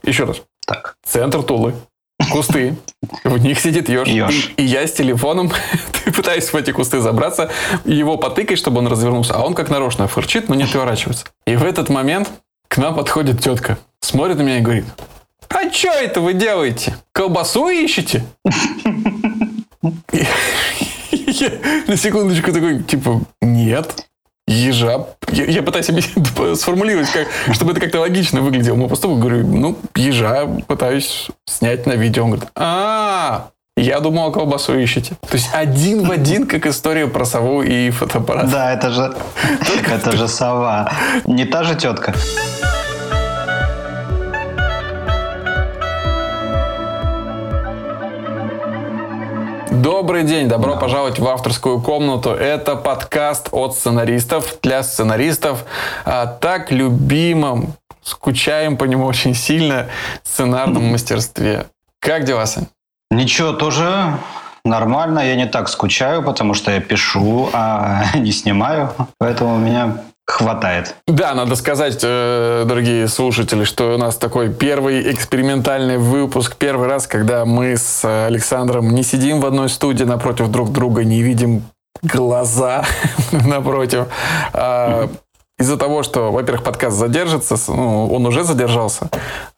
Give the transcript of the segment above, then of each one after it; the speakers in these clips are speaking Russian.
Еще раз. Так. Центр Тулы. Кусты. В них сидит еж. И я с телефоном пытаюсь в эти кусты забраться, его потыкать, чтобы он развернулся. А он как нарочно фырчит, но не отворачивается. И в этот момент к нам подходит тетка. Смотрит на меня и говорит: а что это вы делаете? Колбасу ищете? Я на секундочку такой, типа, нет. Ежа. Я пытаюсь сформулировать, чтобы это как-то логично выглядело. Мы поступок говорю, ежа пытаюсь снять на видео. Он говорит: я думал, колбасу ищете. То есть один в один, как история про сову и фотоаппарат. Да, это же сова. Не та же тетка. Добрый день, добро пожаловать в авторскую комнату. Это подкаст от сценаристов, для сценаристов, о так любимом, скучаем по нему очень сильно, сценарном мастерстве. Как дела, Сань? Ничего, тоже нормально. Я не так скучаю, потому что я пишу, а не снимаю. Поэтому у меня хватает. Да, надо сказать, дорогие слушатели, что у нас такой первый экспериментальный выпуск. Первый раз, когда мы с Александром не сидим в одной студии напротив друг друга, не видим глаза напротив. Из-за того, что, во-первых, подкаст задержится, он уже задержался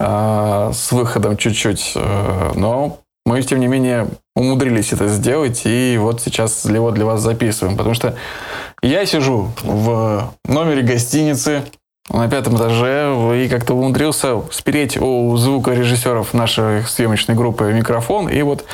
с выходом чуть-чуть, но мы, тем не менее, умудрились это сделать, и вот сейчас его для вас записываем, потому что я сижу в номере гостиницы на 5 этаже и как-то умудрился спереть у звукорежиссеров нашей съемочной группы микрофон и вот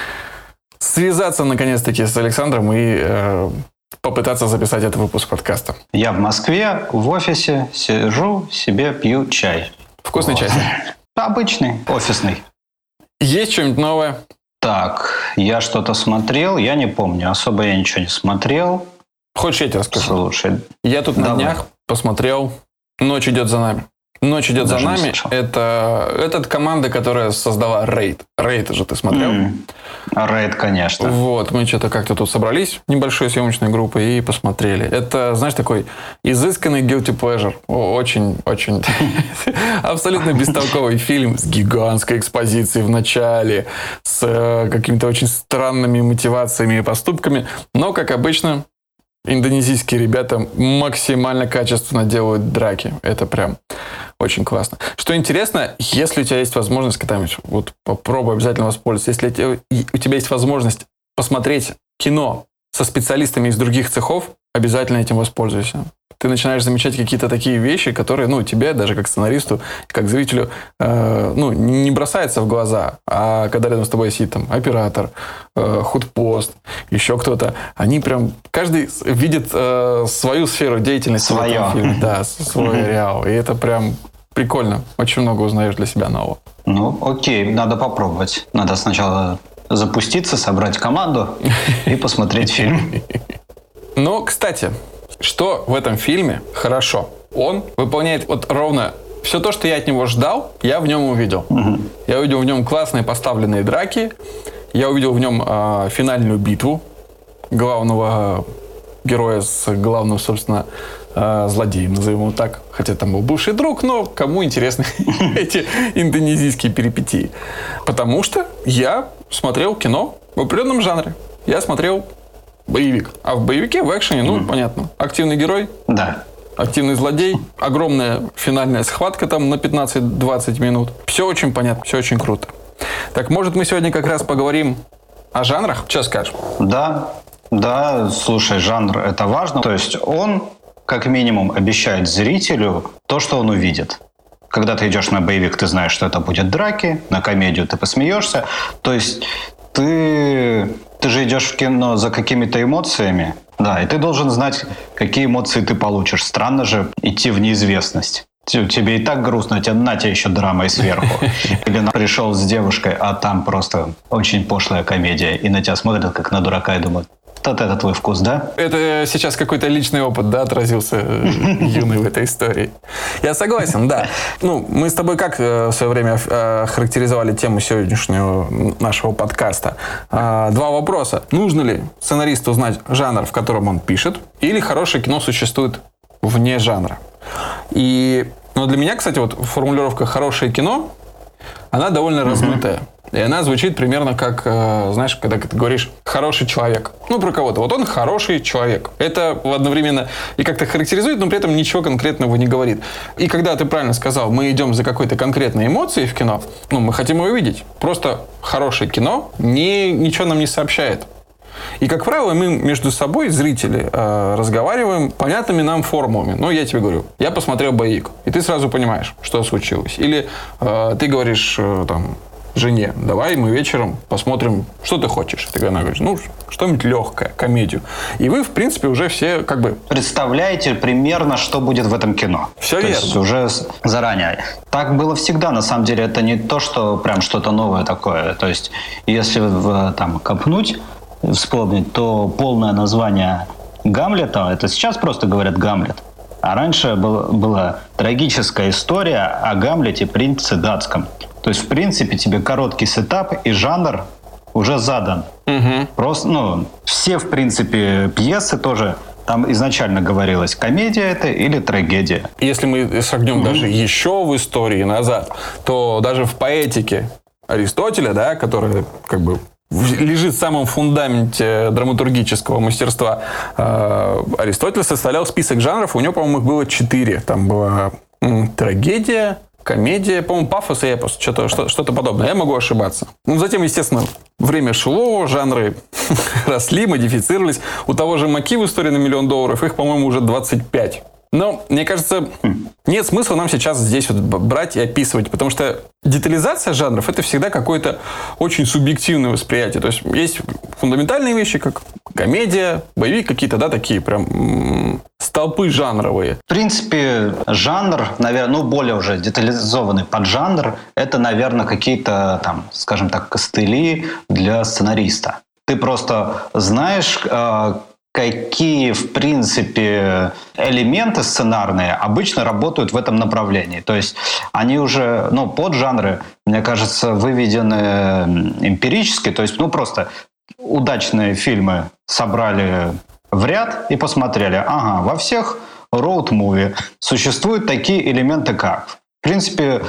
связаться наконец-таки с Александром и попытаться записать этот выпуск подкаста. Я в Москве, в офисе, сижу, себе пью чай. Вкусный чай? Обычный, офисный. Есть что-нибудь новое? Так, я что-то смотрел, я не помню, особо я ничего не смотрел. Хочешь, я тебе расскажу? Слушай, я тут на днях посмотрел «Ночь идет за нами». «Ночь идет за нами» — это команда, которая создала «Рейд». «Рейд» же ты смотрел? «Рейд», конечно. Вот, мы что-то как-то тут собрались, небольшой съемочной группой, и посмотрели. Это, знаешь, такой изысканный guilty pleasure. Очень абсолютно бестолковый фильм с гигантской экспозицией в начале, с какими-то очень странными мотивациями и поступками. Но, как обычно, индонезийские ребята максимально качественно делают драки. Это прям очень классно. Что интересно, если у тебя есть возможность когда-нибудь, вот попробуй обязательно воспользоваться, если у тебя есть возможность посмотреть кино со специалистами из других цехов, обязательно этим воспользуйся. Ты начинаешь замечать какие-то такие вещи, которые, тебе даже как сценаристу, как зрителю, не бросаются в глаза. А когда рядом с тобой сидит там оператор, худпост, еще кто-то, они прям, каждый видит свою сферу деятельности в этом фильме. Да, свой реал. И это прям прикольно. Очень много узнаешь для себя нового. Окей, надо попробовать. Надо сначала запуститься, собрать команду и посмотреть фильм. Кстати, что в этом фильме хорошо? Он выполняет ровно все то, что я от него ждал, я в нем увидел. Я увидел в нем классные поставленные драки, я увидел в нем финальную битву главного героя с главным, собственно, злодеем, назовем его так. Хотя там был бывший друг, но кому интересны эти индонезийские перипетии? Потому что я смотрел кино в определенном жанре. Я смотрел боевик. А в боевике, в экшене, понятно. Активный герой. Да. Активный злодей. Огромная финальная схватка там на 15-20 минут. Все очень понятно, все очень круто. Так, может, мы сегодня как раз поговорим о жанрах? Что скажешь? Да, слушай, жанр — это важно. То есть он, как минимум, обещает зрителю то, что он увидит. Когда ты идешь на боевик, ты знаешь, что это будет драки. На комедию ты посмеешься. То есть ты же идешь в кино за какими-то эмоциями. Да, и ты должен знать, какие эмоции ты получишь. Странно же идти в неизвестность. Тебе и так грустно, на тебе еще драмой сверху. Или пришел с девушкой, а там просто очень пошлая комедия. И на тебя смотрят, как на дурака, и думают: вот это твой вкус, да? Это сейчас какой-то личный опыт, да, отразился юный в этой истории. Я согласен, да. Мы с тобой как в свое время характеризовали тему сегодняшнего нашего подкаста? Два вопроса. Нужно ли сценаристу знать жанр, в котором он пишет, или хорошее кино существует вне жанра? Но для меня, кстати, вот формулировка «хорошее кино» она довольно размытая. И она звучит примерно как, знаешь, когда ты говоришь «хороший человек». Ну, про кого-то. Вот он хороший человек. Это одновременно и как-то характеризует, но при этом ничего конкретного не говорит. И когда ты правильно сказал, мы идем за какой-то конкретной эмоцией в кино, ну, мы хотим ее увидеть. Просто хорошее кино ничего нам не сообщает. И, как правило, мы между собой, зрители, разговариваем понятными нам формулами. Ну, я тебе говорю, я посмотрел боевик, и ты сразу понимаешь, что случилось. Или ты говоришь там жене, давай мы вечером посмотрим, что ты хочешь. И она говорит, ну, что-нибудь легкое, комедию. И вы, в принципе, уже все как бы... Представляете примерно, что будет в этом кино. Все верно. То есть уже заранее. Так было всегда. На самом деле это не то, что прям что-то новое такое. То есть если там копнуть, вспомнить, то полное название Гамлета, это сейчас просто говорят Гамлет. А раньше была трагическая история о Гамлете, принце датском. То есть, в принципе, тебе короткий сетап и жанр уже задан. Угу. Просто, все, в принципе, пьесы тоже, там изначально говорилось, комедия это или трагедия. Если мы шагнем даже еще в истории назад, то даже в поэтике Аристотеля, да, который как бы лежит в самом фундаменте драматургического мастерства, Аристотель составлял список жанров, у него, по-моему, их было 4. Там была трагедия, комедия, по-моему, пафос и эпос, что-то подобное. Я могу ошибаться. Затем, естественно, время шло, жанры росли, модифицировались. У того же Маки в «Истории на $1 000 000» их, по-моему, уже 25. Но, мне кажется, нет смысла нам сейчас здесь вот брать и описывать, потому что детализация жанров – это всегда какое-то очень субъективное восприятие. То есть, есть фундаментальные вещи, как комедия, боевик, какие-то, да, такие прям столпы жанровые. В принципе, жанр, наверное, более уже детализованный поджанр – это, наверное, какие-то, там, скажем так, костыли для сценариста. Ты просто знаешь, какие, в принципе, элементы сценарные обычно работают в этом направлении. То есть они уже, поджанры, мне кажется, выведены эмпирически. То есть, просто удачные фильмы собрали в ряд и посмотрели. Ага, во всех роуд-муви существуют такие элементы, как... В принципе,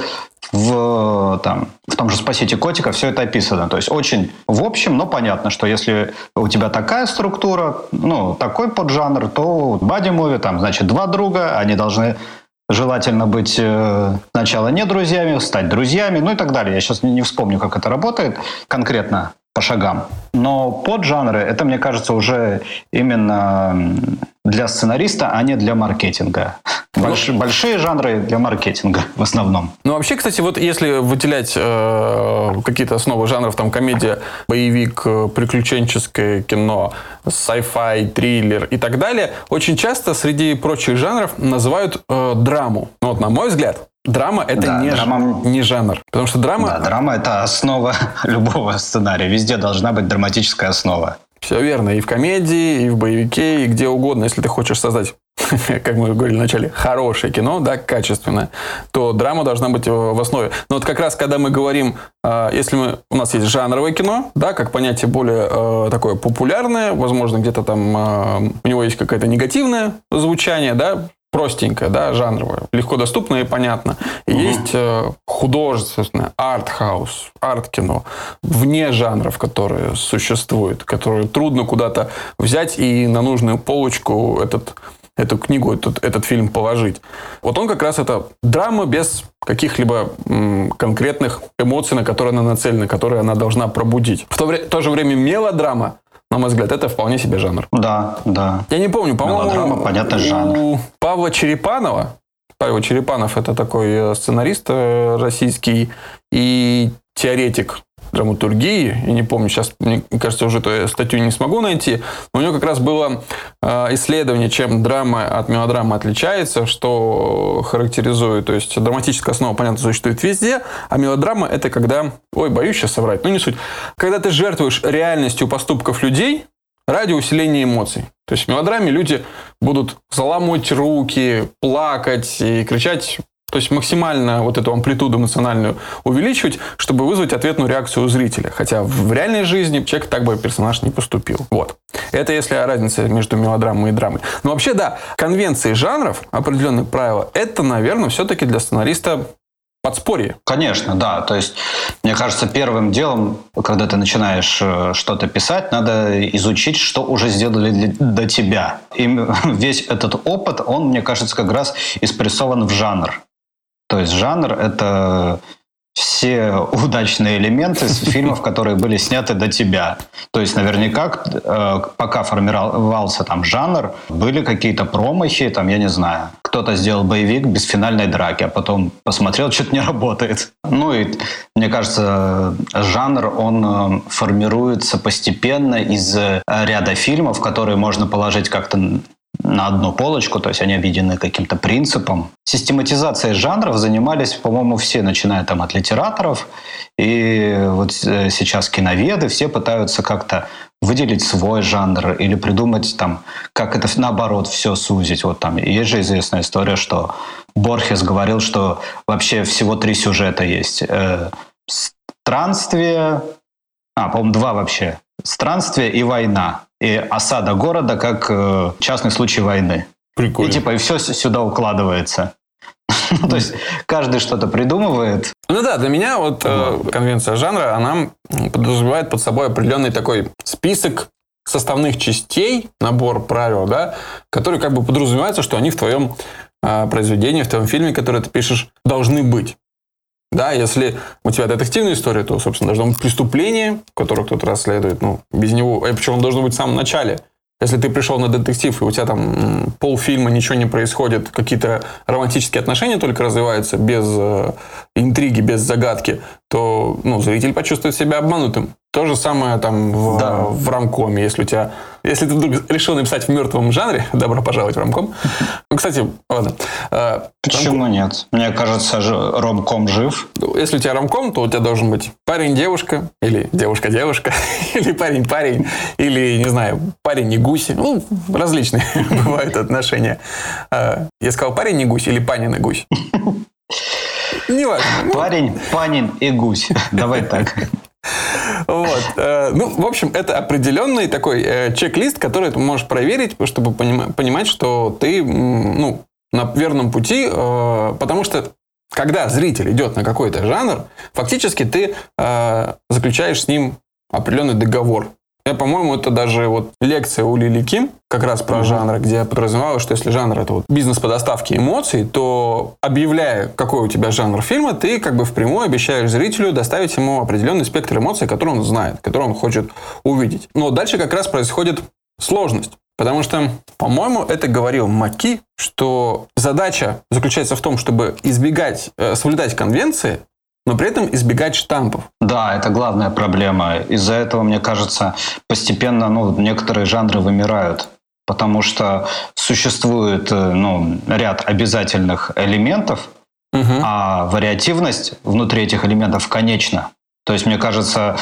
в том же «Спасите котика» все это описано. То есть очень в общем, но понятно, что если у тебя такая структура, такой поджанр, то бади-муви, значит, 2 друга, они должны желательно быть сначала не друзьями, стать друзьями, и так далее. Я сейчас не вспомню, как это работает конкретно по шагам. Но поджанры, это, мне кажется, уже именно для сценариста, а не для маркетинга. Большие жанры для маркетинга в основном. Вообще, кстати, вот если выделять какие-то основы жанров, там комедия, боевик, приключенческое кино, sci-fi, триллер и так далее, очень часто среди прочих жанров называют драму. На мой взгляд, драма – это не жанр. Потому что драма... Да, драма – это основа любого сценария. Везде должна быть драматическая основа. Все верно. И в комедии, и в боевике, и где угодно. Если ты хочешь создать, как мы говорили в начале, хорошее кино, да, качественное, то драма должна быть в основе. Но вот как раз, когда мы говорим, если у нас есть жанровое кино, да, как понятие более такое популярное, возможно, где-то там у него есть какое-то негативное звучание, да, простенькое, да, жанровое, легко доступно и понятно. И есть художественное, арт-хаус, арт-кино, вне жанров, которые существуют, которые трудно куда-то взять и на нужную полочку эту книгу, этот фильм положить. Вот он как раз это драма без каких-либо конкретных эмоций, на которые она нацелена, которые она должна пробудить. В то же время мелодрама, на мой взгляд, это вполне себе жанр. Да. Я не помню, по-моему, мелодрама, понятно, жанр. У Павла Черепанова, Павел Черепанов это такой сценарист российский и теоретик драматургии. Я не помню, сейчас, мне кажется, уже эту статью не смогу найти. Но у него как раз было исследование, чем драма от мелодрамы отличается, что характеризует. То есть драматическая основа, понятно, существует везде, а мелодрама это когда... Ой, боюсь сейчас соврать, не суть. Когда ты жертвуешь реальностью поступков людей ради усиления эмоций. То есть в мелодраме люди будут заламывать руки, плакать и кричать... То есть максимально вот эту амплитуду эмоциональную увеличивать, чтобы вызвать ответную реакцию у зрителя. Хотя в реальной жизни человек так бы персонаж не поступил. Вот. Это если разница между мелодрамой и драмой. Но вообще, да, конвенции жанров, определенные правила, это, наверное, все-таки для сценариста подспорье. Конечно, да. То есть, мне кажется, первым делом, когда ты начинаешь что-то писать, надо изучить, что уже сделали до тебя. И весь этот опыт, он, мне кажется, как раз и спрессован в жанр. То есть жанр — это все удачные элементы из фильмов, которые были сняты до тебя. То есть наверняка, пока формировался там жанр, были какие-то промахи, там, я не знаю, кто-то сделал боевик без финальной драки, а потом посмотрел, что-то не работает. Ну и, мне кажется, жанр, он формируется постепенно из ряда фильмов, которые можно положить как-то на одну полочку, то есть они объединены каким-то принципом. Систематизацией жанров занимались, по-моему, все, начиная там от литераторов, и вот сейчас киноведы, все пытаются как-то выделить свой жанр или придумать там, как это наоборот все сузить. Вот там есть же известная история, что Борхес говорил, что вообще всего 3 сюжета есть. Странствие, по-моему, 2 вообще. Странствие и война. И осада города как частный случай войны. Прикольно. И все сюда укладывается. То есть каждый что-то придумывает. Ну да, для меня вот конвенция жанра, она подразумевает под собой определенный такой список составных частей, набор правил, да, которые как бы подразумеваются, что они в твоем произведении, в твоем фильме, который ты пишешь, должны быть. Да, если у тебя детективная история, то, собственно, должно быть преступление, которое кто-то расследует. Ну, без него, причем он должен быть в самом начале. Если ты пришел на детектив, и у тебя там полфильма ничего не происходит, какие-то романтические отношения только развиваются без интриги, без загадки, то зритель почувствует себя обманутым. То же самое там в ромкоме. Если ты вдруг решил написать в мертвом жанре, добро пожаловать в ромком. Кстати, ладно. Почему нет? Мне кажется, ромком жив. Если у тебя ромком, то у тебя должен быть парень-девушка, или девушка-девушка, или парень-парень, или, не знаю, парень и гусь. Ну, различные бывают отношения. Я сказал парень и гусь или панин и гусь? Неважно. Парень, панин и гусь. Давай так. Вот. В общем, это определенный такой чек-лист, который ты можешь проверить, чтобы понимать, что ты на верном пути, потому что когда зритель идет на какой-то жанр, фактически ты заключаешь с ним определенный договор. По-моему, это даже лекция у Лили Ким как раз про жанры, где подразумевалось, что если жанр — это бизнес по доставке эмоций, то, объявляя, какой у тебя жанр фильма, ты как бы впрямую обещаешь зрителю доставить ему определенный спектр эмоций, который он знает, который он хочет увидеть. Но дальше как раз происходит сложность. Потому что, по-моему, это говорил Маки, что задача заключается в том, чтобы соблюдать конвенции, но при этом избегать штампов. Да, это главная проблема. Из-за этого, мне кажется, постепенно некоторые жанры вымирают. Потому что существует ряд обязательных элементов, а вариативность внутри этих элементов конечна. То есть, мне кажется,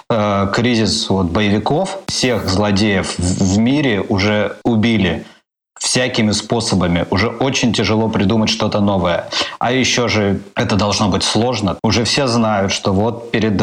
кризис боевиков, всех злодеев в мире уже убили всякими способами. Уже очень тяжело придумать что-то новое. А еще же это должно быть сложно. Уже все знают, что перед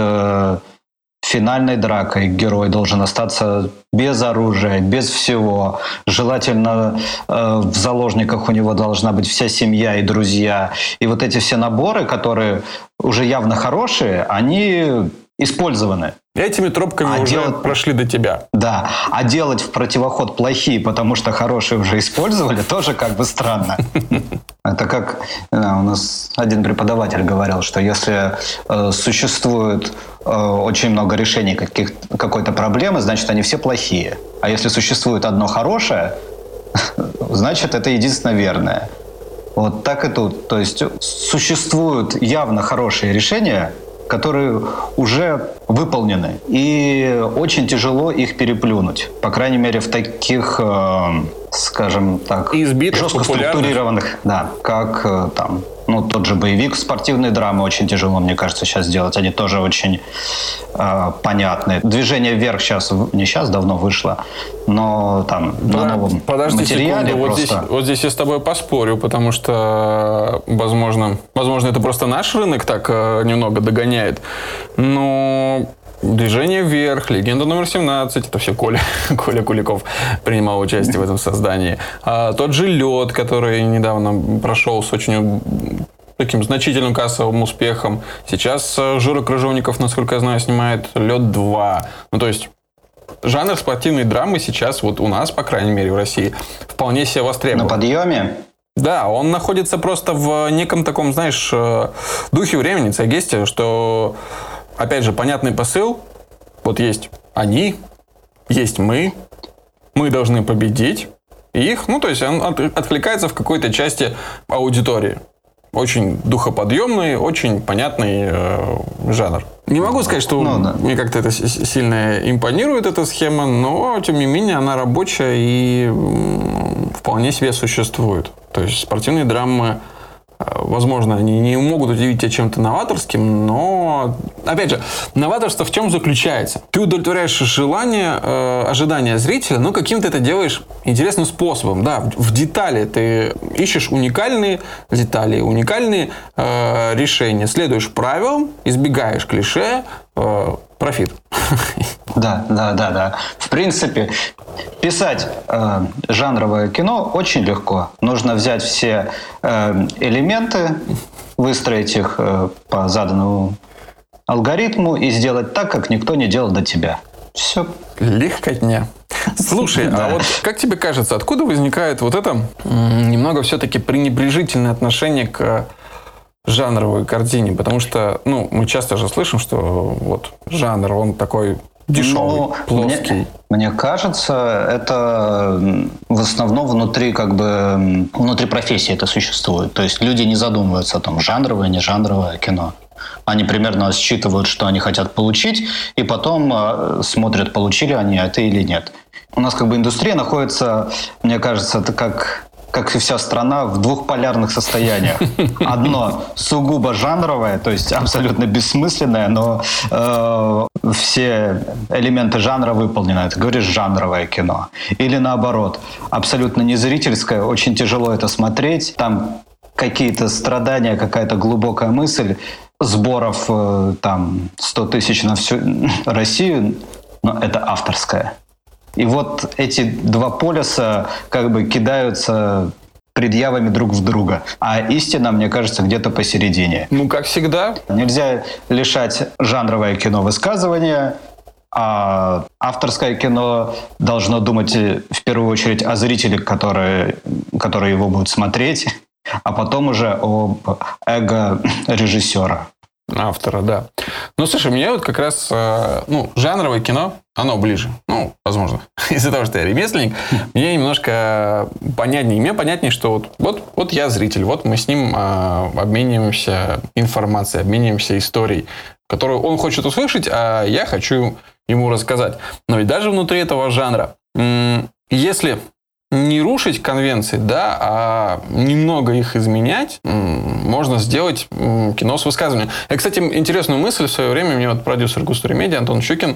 финальной дракой герой должен остаться без оружия, без всего. Желательно в заложниках у него должна быть вся семья и друзья. И эти все наборы, которые уже явно хорошие, они использованы. Этими тропками прошли до тебя. Да, а делать в противоход плохие, потому что хорошие уже использовали, тоже как бы странно. Это как у нас один преподаватель говорил, что если существует очень много решений какой-то проблемы, значит, они все плохие. А если существует одно хорошее, значит, это единственно верное. Вот так и тут. То есть существуют явно хорошие решения, которые уже выполнены. И очень тяжело их переплюнуть. По крайней мере, в таких, скажем так, жестко структурированных, как тот же боевик, спортивные драмы очень тяжело, мне кажется, сейчас делать. Они тоже очень понятны. «Движение вверх» давно вышло, но на новом материале секунду, здесь я с тобой поспорю, потому что, возможно, это просто наш рынок так немного догоняет, но «Движение вверх», «Легенда номер 17», это все Коля Куликов принимал участие в этом создании. Тот же «Лед», который недавно прошел с очень таким значительным кассовым успехом. Сейчас Жора Крыжовников, насколько я знаю, снимает «Лед 2». Ну, то есть жанр спортивной драмы сейчас вот у нас, по крайней мере, в России, вполне себе востребован. На подъеме? Да, он находится просто в неком таком, знаешь, духе времени, цайгесте, что, опять же, понятный посыл. Вот есть они, есть мы должны победить их. Ну, то есть он откликается в какой-то части аудитории. Очень духоподъемный, очень понятный жанр. Не могу сказать, что мне как-то это сильно импонирует, эта схема, но, тем не менее, она рабочая и вполне себе существует. То есть спортивные драмы, возможно, они не могут удивить тебя чем-то новаторским, но, опять же, новаторство в чем заключается? Ты удовлетворяешь желание, ожидания зрителя, но каким-то это делаешь интересным способом. Да, в детали ты ищешь уникальные детали, уникальные решения, следуешь правилам, избегаешь клише, профит. Да. В принципе, писать жанровое кино очень легко. Нужно взять все элементы, выстроить их по заданному алгоритму и сделать так, как никто не делал до тебя. Все. Легкотня. Слушай, а вот как тебе кажется, откуда возникает вот это немного все-таки пренебрежительное отношение к жанровой картине? Потому что, мы часто же слышим, что вот жанр, он такой дешевый, плоский. Мне кажется, это в основном внутри профессии это существует. То есть люди не задумываются о том, жанровое, не жанровое кино. Они примерно считывают, что они хотят получить, и потом смотрят, получили они это или нет. У нас индустрия находится, мне кажется, это как и вся страна, в двух полярных состояниях. Одно сугубо жанровое, то есть абсолютно бессмысленное, но все элементы жанра выполнены. Ты говоришь жанровое кино. Или наоборот, абсолютно не зрительское, очень тяжело это смотреть. Там какие-то страдания, какая-то глубокая мысль, сборов 100 тысяч на всю Россию, но это авторское. И вот эти два полюса кидаются предъявами друг в друга. А истина, мне кажется, где-то посередине. Как всегда. Нельзя лишать жанровое кино высказывания, а авторское кино должно думать в первую очередь о зрителях, которые его будут смотреть, а потом уже об эго режиссера. Автора, да. Слушай, мне вот как раз, жанровое кино, оно ближе. Возможно, из-за того, что я ремесленник, мне немножко понятнее. Мне понятнее, что вот я зритель, вот мы с ним обмениваемся информацией, обмениваемся историей, которую он хочет услышать, а я хочу ему рассказать. Но ведь даже внутри этого жанра, если не рушить конвенции, а немного их изменять, можно сделать кино с высказыванием. И, кстати, интересную мысль в свое время мне продюсер Густури Медиа Антон Щукин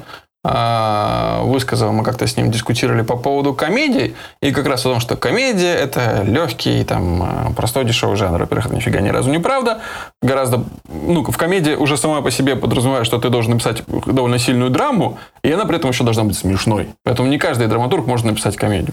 высказал. Мы как-то с ним дискутировали по поводу комедий. И как раз о том, что комедия – это легкий, простой, дешевый жанр. Во-первых, это нифига ни разу не правда. Гораздо... в комедии уже сама по себе подразумевает, что ты должен написать довольно сильную драму, и она при этом еще должна быть смешной. Поэтому не каждый драматург может написать комедию.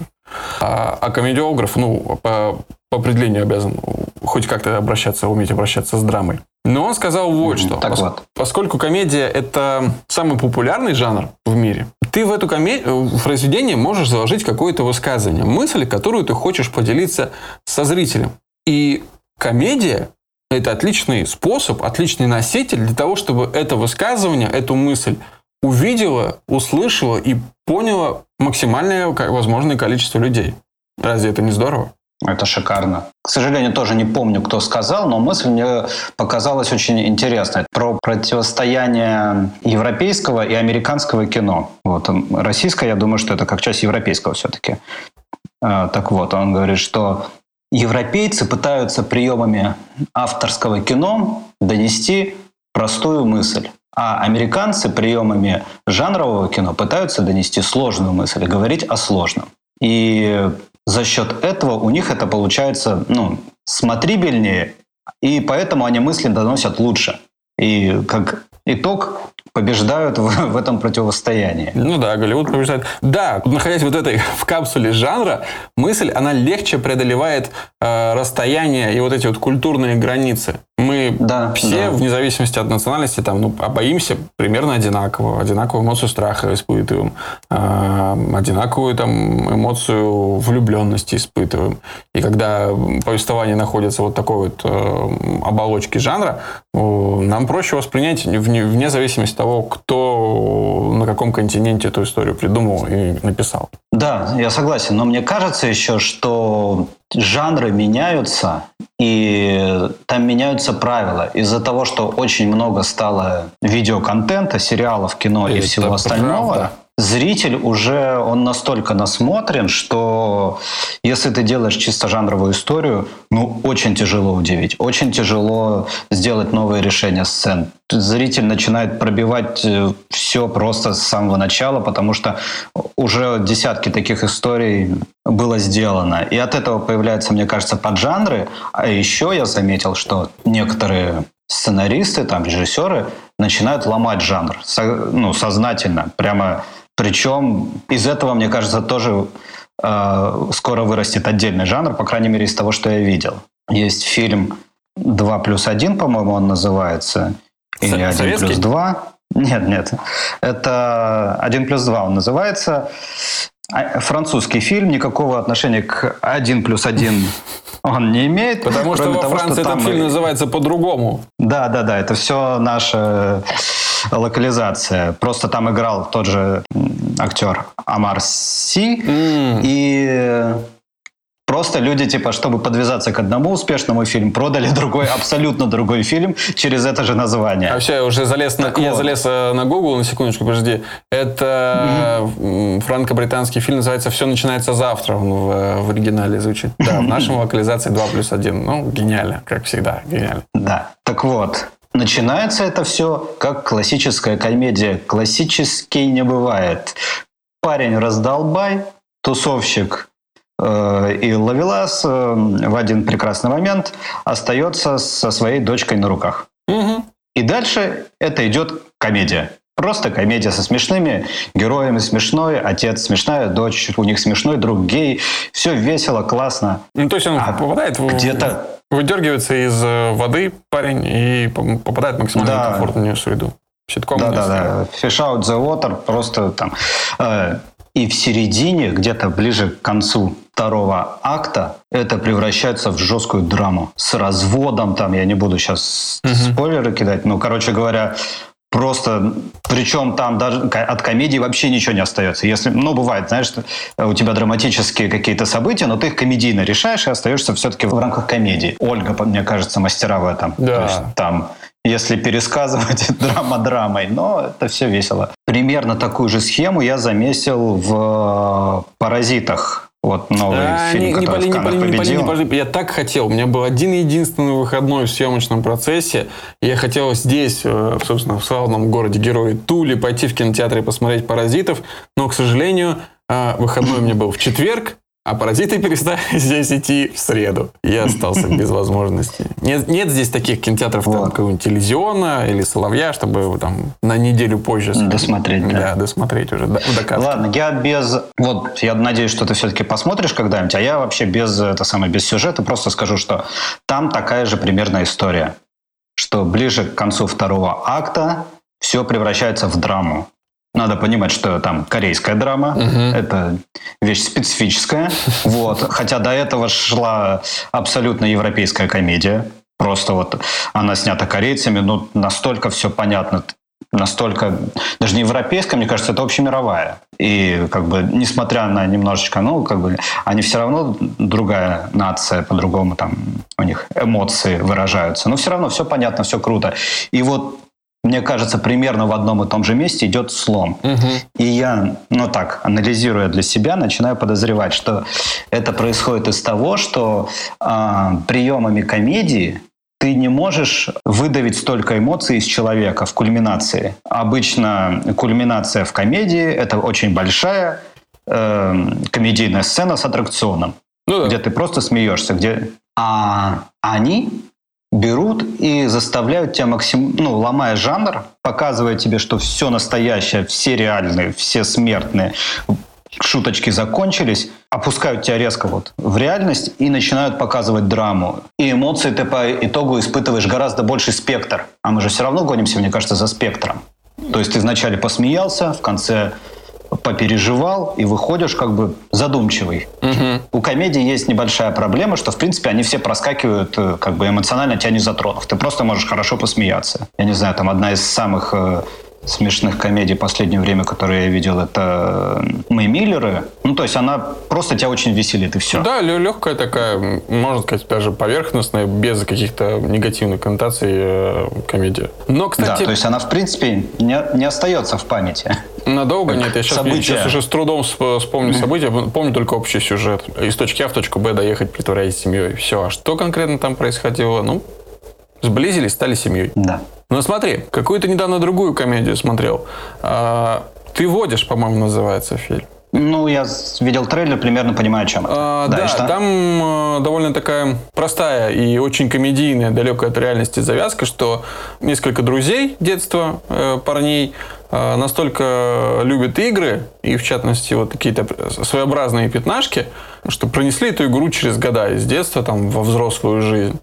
А комедиограф, по определению обязан хоть как-то уметь обращаться с драмой. Но он сказал вот что. Поскольку комедия – это самый популярный жанр в мире, ты в эту произведение можешь заложить какое-то высказывание, мысль, которую ты хочешь поделиться со зрителем. И комедия – это отличный способ, отличный носитель для того, чтобы это высказывание, эту мысль увидела, услышала и поняла максимальное возможное количество людей. Разве это не здорово? Это шикарно. К сожалению, тоже не помню, кто сказал, но мысль мне показалась очень интересной. Про противостояние европейского и американского кино. Российское, я думаю, что это как часть европейского все-таки. Так вот, он говорит, что европейцы пытаются приемами авторского кино донести простую мысль. А американцы приемами жанрового кино пытаются донести сложную мысль и говорить о сложном. И за счет этого у них это получается смотрибельнее, и поэтому они мысли доносят лучше. И как итог побеждают в этом противостоянии. Голливуд побеждает. Да, находясь в капсуле жанра, мысль, она легче преодолевает расстояние и эти культурные границы. Мы все, вне зависимости от национальности, боимся примерно одинаково. Одинаковую эмоцию страха испытываем. Одинаковую эмоцию влюбленности испытываем. И когда повествование находится вот такой вот оболочке жанра, нам проще воспринять вне зависимости от того, кто на каком континенте эту историю придумал и написал. Да, я согласен. Но мне кажется еще, что жанры меняются, и там меняются правила. Из-за того, что очень много стало видеоконтента, сериалов, кино и всего остального, правда. Зритель уже, он настолько насмотрен, что если ты делаешь чисто жанровую историю, очень тяжело удивить, очень тяжело сделать новые решения сцен. Зритель начинает пробивать все просто с самого начала, потому что уже десятки таких историй было сделано. И от этого появляются, мне кажется, поджанры. А еще я заметил, что некоторые сценаристы, режиссеры начинают ломать жанр, сознательно, прямо. Причем из этого, мне кажется, тоже скоро вырастет отдельный жанр, по крайней мере, из того, что я видел. Есть фильм «2+1», по-моему, он называется, или «1+2». Нет, это «1+2» он называется. Французский фильм, никакого отношения к «1+1» он не имеет. Потому что во Франции этот фильм называется по-другому. Да, это все наша локализация. Просто там играл тот же актер Омар Си. И просто люди, чтобы подвязаться к одному успешному фильму, продали абсолютно другой фильм через это же название. Вообще, я уже залез на Google, на секундочку, подожди. Это франко-британский фильм, называется «Все начинается завтра», он в оригинале звучит. Да, в нашем локализации 2+1. Гениально, как всегда, гениально. Да, так вот. Начинается это все как классическая комедия. Классический не бывает. Парень раздолбай, тусовщик и ловелас в один прекрасный момент остается со своей дочкой на руках. Угу. И дальше это идет комедия. Просто комедия со смешными героями, смешной отец, смешная дочь, у них смешной друг гей. Все весело, классно. То есть он попадает где-то... Выдергивается из воды парень и попадает в максимально комфортную среду. Да. Fish out the water, просто И в середине, где-то ближе к концу второго акта, это превращается в жесткую драму. С разводом, я не буду сейчас спойлеры кидать, короче говоря, просто, причем там даже от комедии вообще ничего не остается. Если, бывает, знаешь, у тебя драматические какие-то события, но ты их комедийно решаешь и остаешься все-таки в рамках комедии. Ольга, мне кажется, мастера в этом. Да. То есть если пересказывать драма драмой, но это все весело. Примерно такую же схему я замесил в «Паразитах». Вот новый фильм, который в Каннах победил. Я так хотел. У меня был один-единственный выходной в съемочном процессе. Я хотел здесь, собственно, в славном городе Герои Тули, пойти в кинотеатр и посмотреть «Паразитов». Но, к сожалению, выходной у меня был в четверг, а «Паразиты» перестали здесь идти в среду. Я остался без возможности. Нет здесь таких кинотеатров, какого-нибудь «Иллюзиона» или «Соловья», чтобы на неделю позже досмотреть. Да, досмотреть уже. Ладно, я надеюсь, что ты все-таки посмотришь когда-нибудь, а я вообще без сюжета просто скажу, что там такая же примерно история. Что ближе к концу второго акта все превращается в драму. Надо понимать, что там корейская драма, это вещь специфическая. Хотя до этого шла абсолютно европейская комедия. Просто она снята корейцами, настолько все понятно, настолько, даже не европейская, мне кажется, это общемировая. И несмотря на немножечко, они все равно другая нация, по-другому у них эмоции выражаются. Но все равно все понятно, все круто. И мне кажется, примерно в одном и том же месте идет слом. И я, анализируя для себя, начинаю подозревать, что это происходит из того, что приемами комедии ты не можешь выдавить столько эмоций из человека в кульминации. Обычно кульминация в комедии – это очень большая комедийная сцена с аттракционом, где ты просто смеешься. А они берут и заставляют тебя ломая жанр, показывая тебе, что все настоящее, все реальные, все смертные, шуточки закончились, опускают тебя резко вот в реальность и начинают показывать драму. И эмоции ты по итогу испытываешь гораздо больший спектр. А мы же все равно гонимся, мне кажется, за спектром. То есть ты вначале посмеялся, в конце попереживал и выходишь как бы задумчивый. У комедии есть небольшая проблема, что в принципе они все проскакивают как бы эмоционально, тебя не затронув. Ты просто можешь хорошо посмеяться. Я не знаю, там одна из самых смешных комедий в последнее время, которые я видел, это «Мы Миллеры». Ну, то есть она просто тебя очень веселит, и все. Да, легкая такая, можно сказать, даже поверхностная, без каких-то негативных коннотаций комедия. Но, кстати... Да, то есть она, в принципе, не остается в памяти. Надолго нет. Я сейчас уже с трудом вспомню события. Помню только общий сюжет. Из точки А в точку Б доехать, притворяясь семьей. Все. А что конкретно там происходило? Ну, сблизились, стали семьей. Да. Но смотри, какую-то недавно другую комедию смотрел. «Ты водишь», по-моему, называется фильм. Ну, я видел трейлер, примерно понимаю, о чем это. Да, там довольно такая простая и очень комедийная, далекая от реальности завязка, что несколько друзей детства, парней, настолько любят игры, и в частности вот какие-то своеобразные пятнашки, что пронесли эту игру через года из детства там, во взрослую жизнь.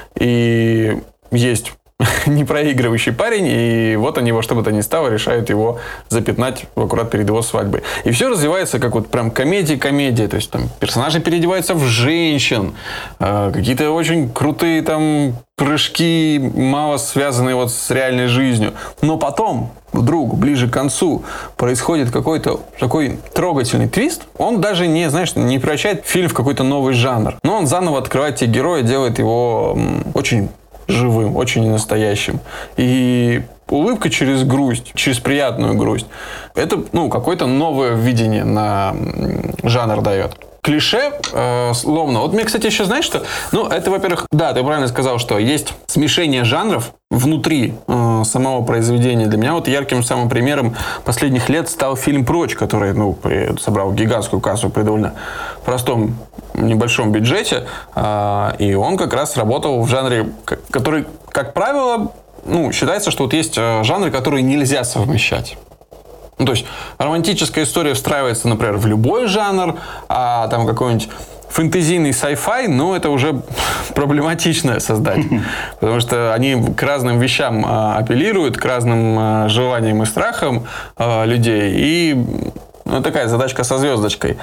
И есть непроигрывающий парень, и вот они во что бы то ни стало решают его запятнать аккурат перед его свадьбой. И все развивается как вот прям комедия, то есть там персонажи переодеваются в женщин, какие-то очень крутые там прыжки, мало связанные вот с реальной жизнью. Но потом, вдруг, ближе к концу, происходит какой-то такой трогательный твист. Он даже не, знаешь, не превращает фильм в какой-то новый жанр. Но он заново открывает тебе героя, делает его очень живым, очень настоящим. И улыбка через грусть, через приятную грусть. Это, какое-то новое видение на жанр дает. Клише, словно. Вот мне, кстати, еще знаешь, что... это, во-первых, да, ты правильно сказал, что есть смешение жанров внутри самого произведения. Для меня вот ярким самым примером последних лет стал фильм «Прочь», который, собрал гигантскую кассу при довольно простом небольшом бюджете. И он как раз работал в жанре, который, как правило, считается, что вот есть жанры, которые нельзя совмещать. То есть романтическая история встраивается, например, в любой жанр, а там какой-нибудь фэнтезийный sci-fi, это уже проблематично создать. Потому что они к разным вещам апеллируют, к разным желаниям и страхам людей. И такая задачка со звездочкой.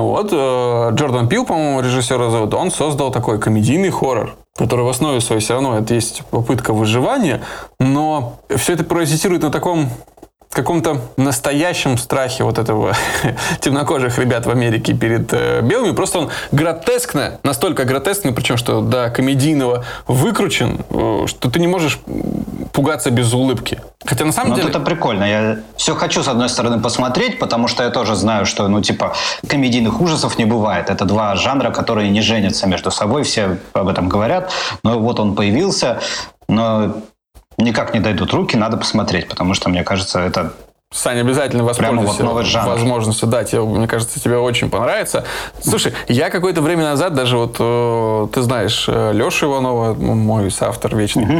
Джордан Пил, по-моему, режиссера зовут, он создал такой комедийный хоррор, который в основе своей все равно это есть попытка выживания, но все это паразитирует на таком каком-то настоящем страхе вот этого темнокожих ребят в Америке перед белыми. Просто он настолько гротескно, причем что до комедийного выкручен, что ты не можешь пугаться без улыбки. Хотя на самом деле... это прикольно. Я все хочу, с одной стороны, посмотреть, потому что я тоже знаю, что, комедийных ужасов не бывает. Это два жанра, которые не женятся между собой, все об этом говорят. Но вот он появился, но... никак не дойдут руки, надо посмотреть, потому что, мне кажется, это... Сань, обязательно воспользуйся возможностью. Да, мне кажется, тебе очень понравится. Слушай, я какое-то время назад, даже ты знаешь, Леша Иванова, мой соавтор вечный,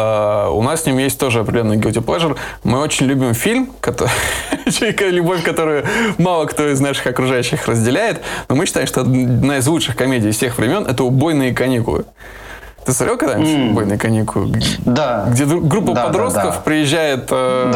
у нас с ним есть тоже определенный guilty pleasure. Мы очень любим фильм, любовь, которую мало кто из наших окружающих разделяет, но мы считаем, что одна из лучших комедий всех времен – это «Убойные каникулы». Ты смотрел когда-нибудь «Убойные каникулы»? Да. Где группа подростков приезжает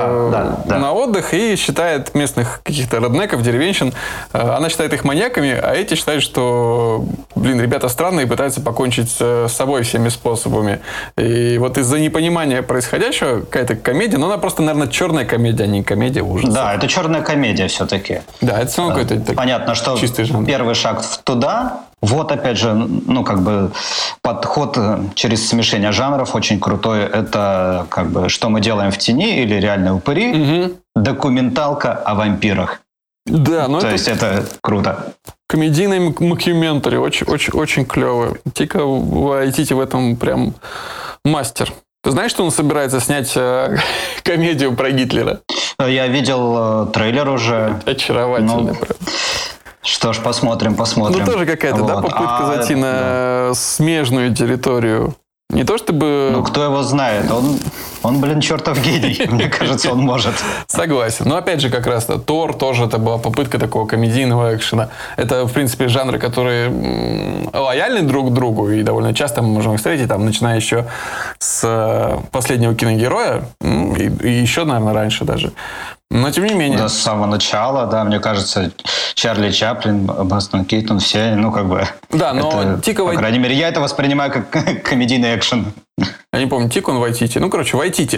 на отдых и считает местных каких-то реднеков, деревенщин. Она считает их маньяками, а эти считают, что, ребята странные и пытаются покончить с собой всеми способами. И вот из-за непонимания происходящего какая-то комедия, но она просто, наверное, черная комедия, а не комедия ужасов. Да, это черная комедия все-таки. Да, это все равно какой-то понятно, что чистый жанр. Первый шаг туда. Вот, опять же, подход через смешение жанров очень крутой. Это, «Что мы делаем в тени» или «Реальные упыри». Документалка о вампирах. Да, То есть это круто. Комедийный мокюментари, очень клевый. Тика в этом прям мастер. Ты знаешь, что он собирается снять комедию про Гитлера? Я видел трейлер уже. Очаровательный, правда. Что ж, посмотрим. Тоже какая-то попытка зайти на смежную территорию Не то чтобы... Ну, кто его знает? Он, блин, чертов гений. Мне кажется, он может. Согласен. Но опять же, как раз Тор тоже это была попытка такого комедийного экшена. Это, в принципе, жанры, которые лояльны друг к другу. И довольно часто мы можем их встретить, там, начиная еще с последнего киногероя. И еще, наверное, раньше даже. Но тем не менее. Да, с самого начала, да, мне кажется, Чарли Чаплин, Бастон Кейтон, все, ну, как бы... Да, но это, по крайней мере, я это воспринимаю как комедийный экшен. Я не помню, Тикон Вайтити. Ну, короче, Вайтити.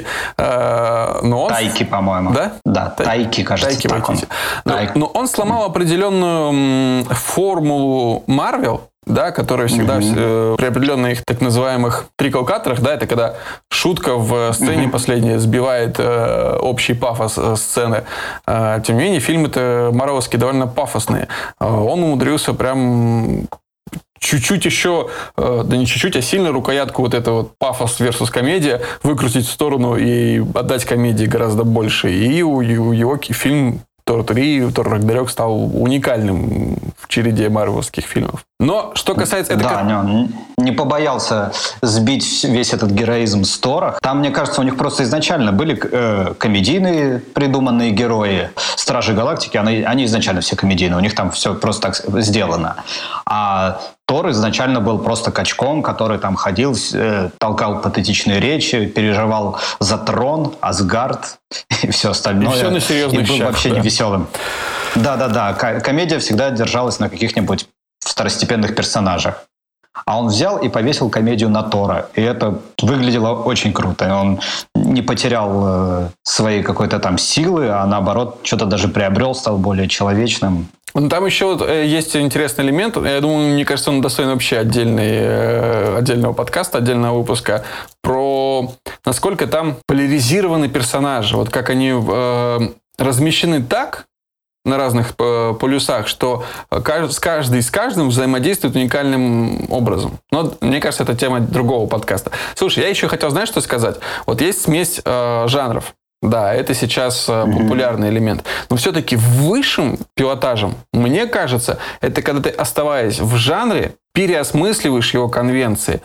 Но он... Тайки, по-моему. Да? Да, Тайки, кажется. Тайки Вайтити. Но он сломал определенную формулу Марвел, да, которая всегда при определенных так называемых трикл-катерах, да, это когда шутка в сцене последняя сбивает общий пафос сцены. Тем не менее, фильмы-то марвеловские довольно пафосные. Он умудрился прям чуть-чуть еще, да не чуть-чуть, а сильно рукоятку вот это вот пафос versus комедия выкрутить в сторону и отдать комедии гораздо больше. И у его фильм Тор 3, Тор Рагнарёк стал уникальным в череде марвеловских фильмов. Но что касается... Да, он не побоялся сбить весь этот героизм с Тора. Там, мне кажется, у них просто изначально были комедийные придуманные герои. Стражи Галактики, они изначально все комедийные. У них там все просто так сделано. А Тор изначально был просто качком, который там ходил, толкал патетичные речи, переживал за трон, Асгард и все остальное. И все на серьезных щах. И был вообще невеселым. Да. Комедия всегда держалась на каких-нибудь второстепенных персонажах. А он взял и повесил комедию на Тора. И это выглядело очень круто. Он не потерял своей какой-то там силы, а наоборот, что-то даже приобрел, стал более человечным. Ну, там еще вот есть интересный элемент. Я думаю, мне кажется, он достоин вообще отдельного подкаста, отдельного выпуска про насколько там поляризированы персонажи. Вот как они размещены так на разных полюсах, что каждый с каждым взаимодействует уникальным образом. Но мне кажется, это тема другого подкаста. Слушай, я еще хотел, знаешь, что сказать? Вот есть смесь жанров. Да, это сейчас популярный элемент. Но все-таки высшим пилотажем, мне кажется, это когда ты, оставаясь в жанре, переосмысливаешь его конвенции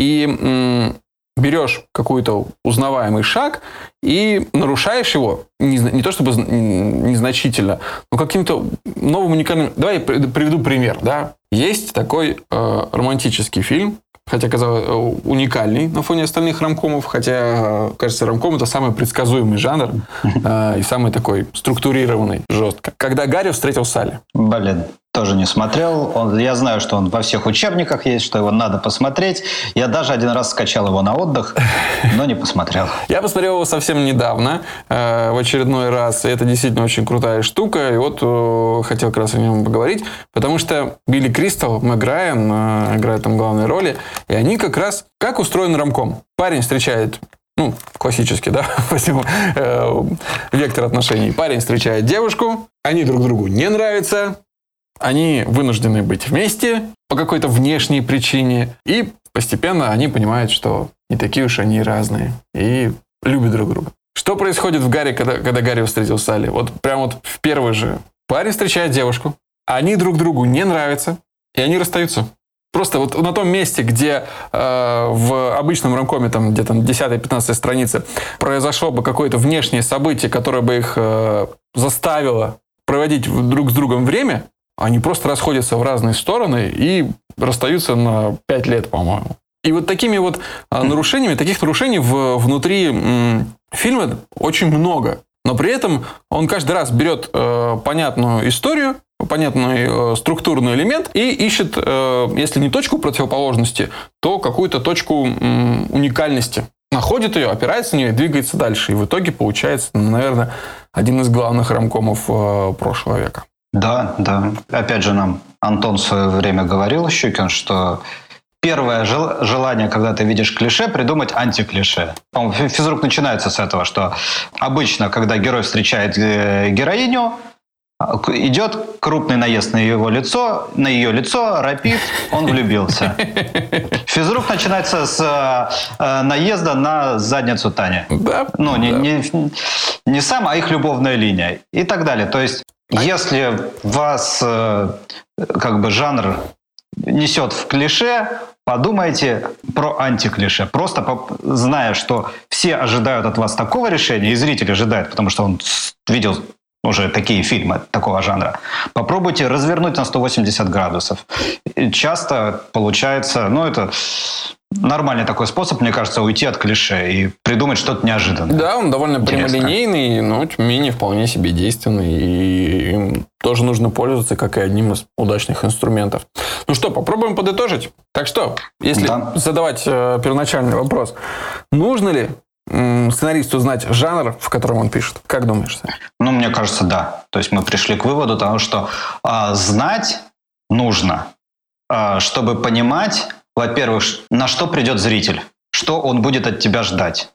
и берешь какой-то узнаваемый шаг и нарушаешь его, не то чтобы незначительно, но каким-то новым уникальным... Давай я приведу пример. Да? Есть такой романтический фильм, хотя, казалось, уникальный на фоне остальных ромкомов, хотя, кажется, ромком — это самый предсказуемый жанр и самый такой структурированный, жестко. «Когда Гарри встретил Салли». Блин, тоже не смотрел. Я знаю, что он во всех учебниках есть, что его надо посмотреть. Я даже один раз скачал его на отдых, но не посмотрел. Я посмотрел его совсем недавно, в очередной раз. И это действительно очень крутая штука. И вот хотел как раз о нем поговорить, потому что Билли Кристал, Мэг Райан играют там главные роли. И они как раз... Как устроен ромком? Парень встречает... классически, да, вектор отношений. Парень встречает девушку, они друг другу не нравятся, они вынуждены быть вместе по какой-то внешней причине, и постепенно они понимают, что не такие уж они разные, и любят друг друга. Что происходит в Гарри, когда Гарри встретил Салли? Вот прям вот в первый же. Парень встречает девушку, они друг другу не нравятся, и они расстаются. Просто вот на том месте, где в обычном ромкоме, там где-то на 10-15 странице, произошло бы какое-то внешнее событие, которое бы их заставило проводить друг с другом время, они просто расходятся в разные стороны и расстаются на 5 лет, по-моему. И вот такими вот нарушениями, таких нарушений внутри фильма очень много. Но при этом он каждый раз берет понятную историю, понятный структурный элемент и ищет, если не точку противоположности, то какую-то точку уникальности. Находит ее, опирается на нее и двигается дальше. И в итоге получается, наверное, один из главных ромкомов прошлого века. Да. Опять же, нам Антон в свое время говорил, Щукин, что первое желание, когда ты видишь клише, придумать антиклише. По-моему, физрук начинается с этого, что обычно, когда герой встречает героиню, идет крупный наезд на ее лицо, рапид, он влюбился. Физрук начинается с наезда на задницу Тани. Да, не сам, а их любовная линия. И так далее. То есть, если вас жанр несет в клише, подумайте про антиклише. Просто зная, что все ожидают от вас такого решения, и зритель ожидает, потому что он видел уже такие фильмы такого жанра, попробуйте развернуть на 180 градусов. И часто получается, это нормальный такой способ, мне кажется, уйти от клише и придумать что-то неожиданное. Да, он довольно прямолинейный, но тем не менее вполне себе действенный. И им тоже нужно пользоваться как и одним из удачных инструментов. Ну что, попробуем подытожить. Так что, если задавать первоначальный вопрос, нужно ли сценаристу знать жанр, в котором он пишет? Как думаешь? Мне кажется, да. То есть мы пришли к выводу того, что знать нужно, чтобы понимать, во-первых, на что придет зритель, что он будет от тебя ждать.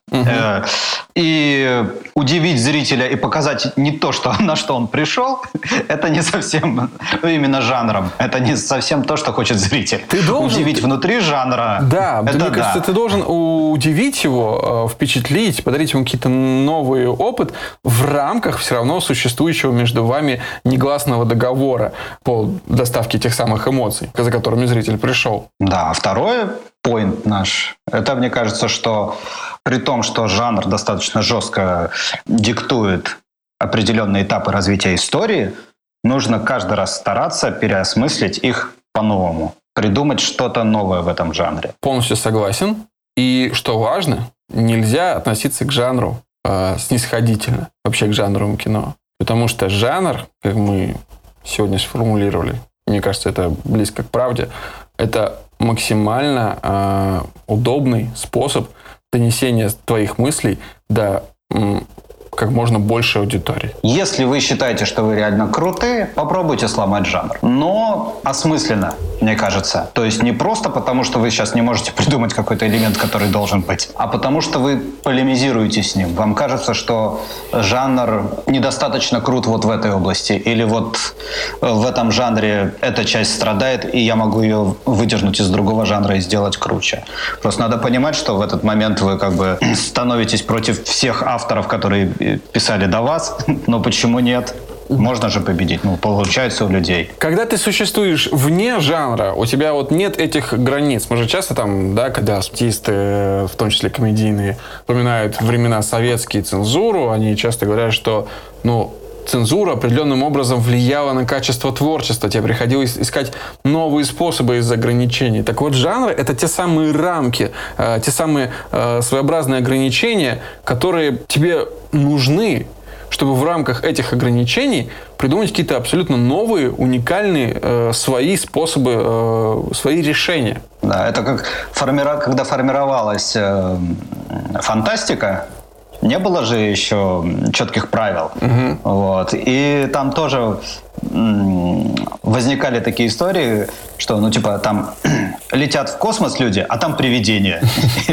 И удивить зрителя и показать не то, на что он пришел, это не совсем именно жанром. Это не совсем то, что хочет зритель. Ты должен удивить внутри жанра. Да, мне кажется, ты должен удивить его, впечатлить, подарить ему какие-то новые опыт в рамках все равно существующего между вами негласного договора по доставке тех самых эмоций, за которыми зритель пришел. Да, второе поинт наш. Это, мне кажется, что при том, что жанр достаточно жестко диктует определенные этапы развития истории, нужно каждый раз стараться переосмыслить их по-новому, придумать что-то новое в этом жанре. Полностью согласен. И, что важно, нельзя относиться к жанру снисходительно, вообще к жанру кино. Потому что жанр, как мы сегодня сформулировали, мне кажется, это близко к правде, это максимально удобный способ донесения твоих мыслей до как можно больше аудитории. Если вы считаете, что вы реально крутые, попробуйте сломать жанр. Но осмысленно, мне кажется. То есть не просто потому, что вы сейчас не можете придумать какой-то элемент, который должен быть, а потому что вы полемизируете с ним. Вам кажется, что жанр недостаточно крут вот в этой области, или вот в этом жанре эта часть страдает, и я могу ее выдернуть из другого жанра и сделать круче. Просто надо понимать, что в этот момент вы как бы становитесь против всех авторов, которые писали до вас, но почему нет? Можно же победить. Получается у людей. Когда ты существуешь вне жанра, у тебя нет этих границ. Мы же часто когда артисты, в том числе комедийные, вспоминают времена советские, цензуру, они часто говорят, что, цензура определенным образом влияла на качество творчества. Тебе приходилось искать новые способы из ограничений. Так вот, жанры — это те самые рамки, те самые своеобразные ограничения, которые тебе нужны, чтобы в рамках этих ограничений придумать какие-то абсолютно новые, уникальные свои способы, свои решения. Да, это как когда формировалась фантастика, не было же еще четких правил. И там тоже возникали такие истории, что, там летят в космос люди, а там привидения.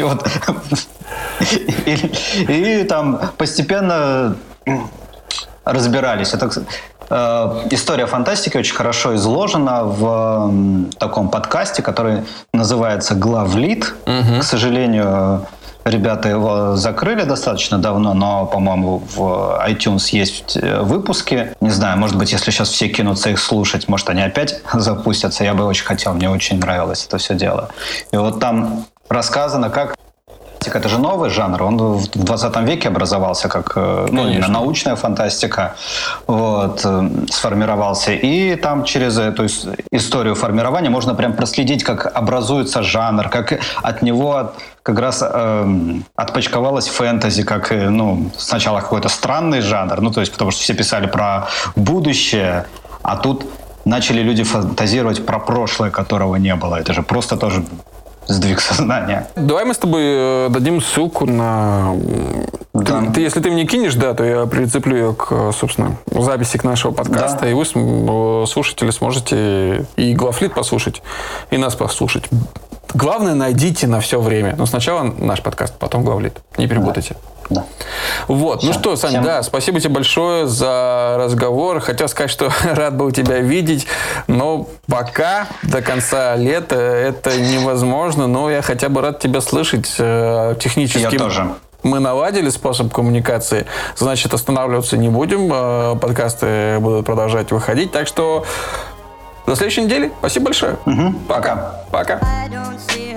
И там постепенно разбирались. История фантастики очень хорошо изложена в таком подкасте, который называется «Главлит». К сожалению, ребята его закрыли достаточно давно, но, по-моему, в iTunes есть выпуски. Не знаю, может быть, если сейчас все кинутся их слушать, может, они опять запустятся. Я бы очень хотел, мне очень нравилось это все дело. И там рассказано, как... Это же новый жанр, он в 20 веке образовался как именно научная фантастика, сформировался. И там через эту историю формирования можно прям проследить, как образуется жанр, как от него как раз отпочковалась фэнтези, как сначала какой-то странный жанр, потому что все писали про будущее, а тут начали люди фантазировать про прошлое, которого не было. Это же просто тоже... сдвиг сознания. Давай мы с тобой дадим ссылку на... Да. Если ты мне кинешь, то я прицеплю ее к, собственно, записи к нашего подкаста, и вы, слушатели, сможете и Главлит послушать, и нас послушать. Главное, найдите на все время. Но сначала наш подкаст, потом Главлит. Не перепутайте. Да. Все. Ну что, Сань, спасибо тебе большое за разговор. Хотел сказать, что рад был тебя видеть, но пока до конца лета это невозможно, но я хотя бы рад тебя слышать технически. Я тоже. Мы наладили способ коммуникации, значит, останавливаться не будем. Подкасты будут продолжать выходить, так что до следующей недели. Спасибо большое. Пока. Пока.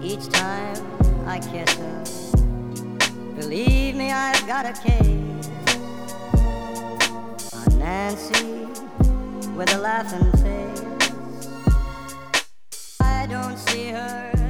each time I kiss her. Believe me, I've got a case on Nancy with a laughing face. I don't see her